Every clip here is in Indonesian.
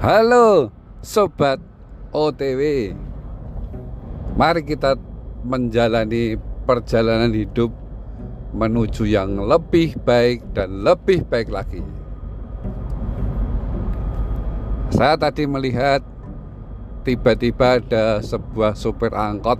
Halo Sobat OTW. Mari kita menjalani perjalanan hidup menuju yang lebih baik dan lebih baik lagi. Saya tadi melihat tiba-tiba ada sebuah supir angkot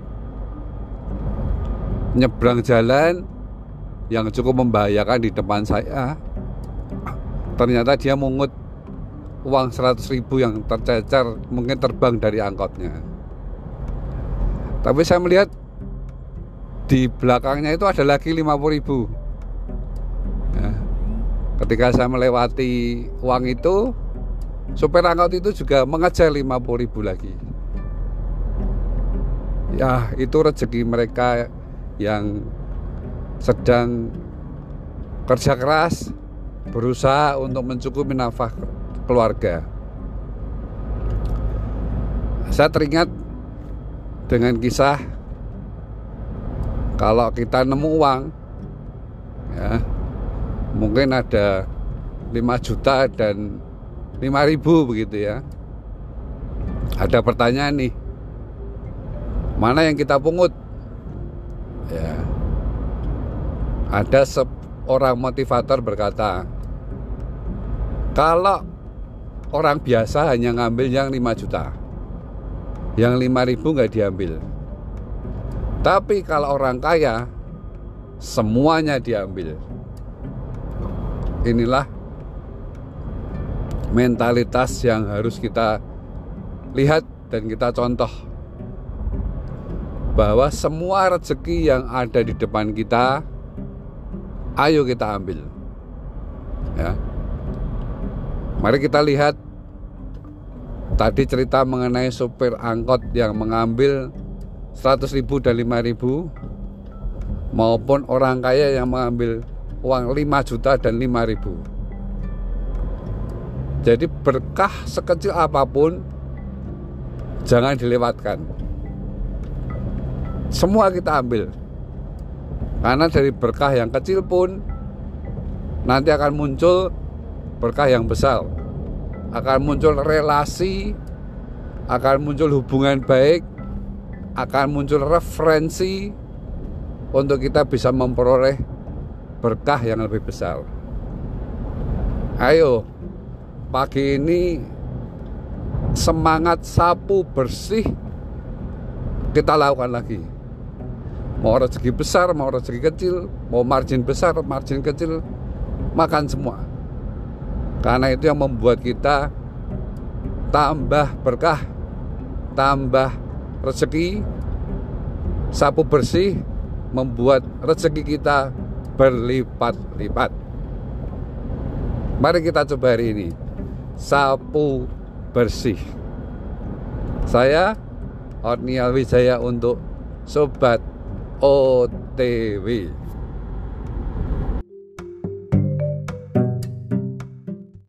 nyebrang jalan yang cukup membahayakan di depan saya. Ternyata dia mungut uang 100.000 yang tercecer, mungkin terbang dari angkotnya. Tapi saya melihat di belakangnya itu ada lagi 50.000. Nah, ketika saya melewati uang itu, supir angkot itu juga mengejar 50.000 lagi. Ya, itu rezeki mereka yang sedang kerja keras, berusaha untuk mencukupi nafkah keluarga. Saya teringat dengan kisah kalau kita nemu uang, ya, mungkin ada 5 juta dan 5.000 begitu ya. Ada pertanyaan nih, mana yang kita pungut? Ya, ada seorang motivator berkata, kalau orang biasa hanya ngambil yang 5 juta, yang 5.000 nggak diambil. Tapi kalau orang kaya, semuanya diambil. Inilah mentalitas yang harus kita lihat dan kita contoh, bahwa semua rezeki yang ada di depan kita, ayo kita ambil. Ya. Mari kita lihat tadi cerita mengenai supir angkot yang mengambil 100.000 dan 5.000, maupun orang kaya yang mengambil uang 5 juta dan 5.000. Jadi berkah sekecil apapun jangan dilewatkan. Semua kita ambil, karena dari berkah yang kecil pun nanti akan muncul berkah yang besar. Akan muncul relasi, akan muncul hubungan baik, akan muncul referensi untuk kita bisa memperoleh berkah yang lebih besar. Ayo, pagi ini semangat sapu bersih kita lakukan lagi. Mau rezeki besar, mau rezeki kecil, mau margin besar, margin kecil, makan semua. Karena itu yang membuat kita tambah berkah, tambah rezeki. Sapu bersih membuat rezeki kita berlipat-lipat. Mari kita coba hari ini sapu bersih. Saya Otniel Wijaya untuk Sobat OTW.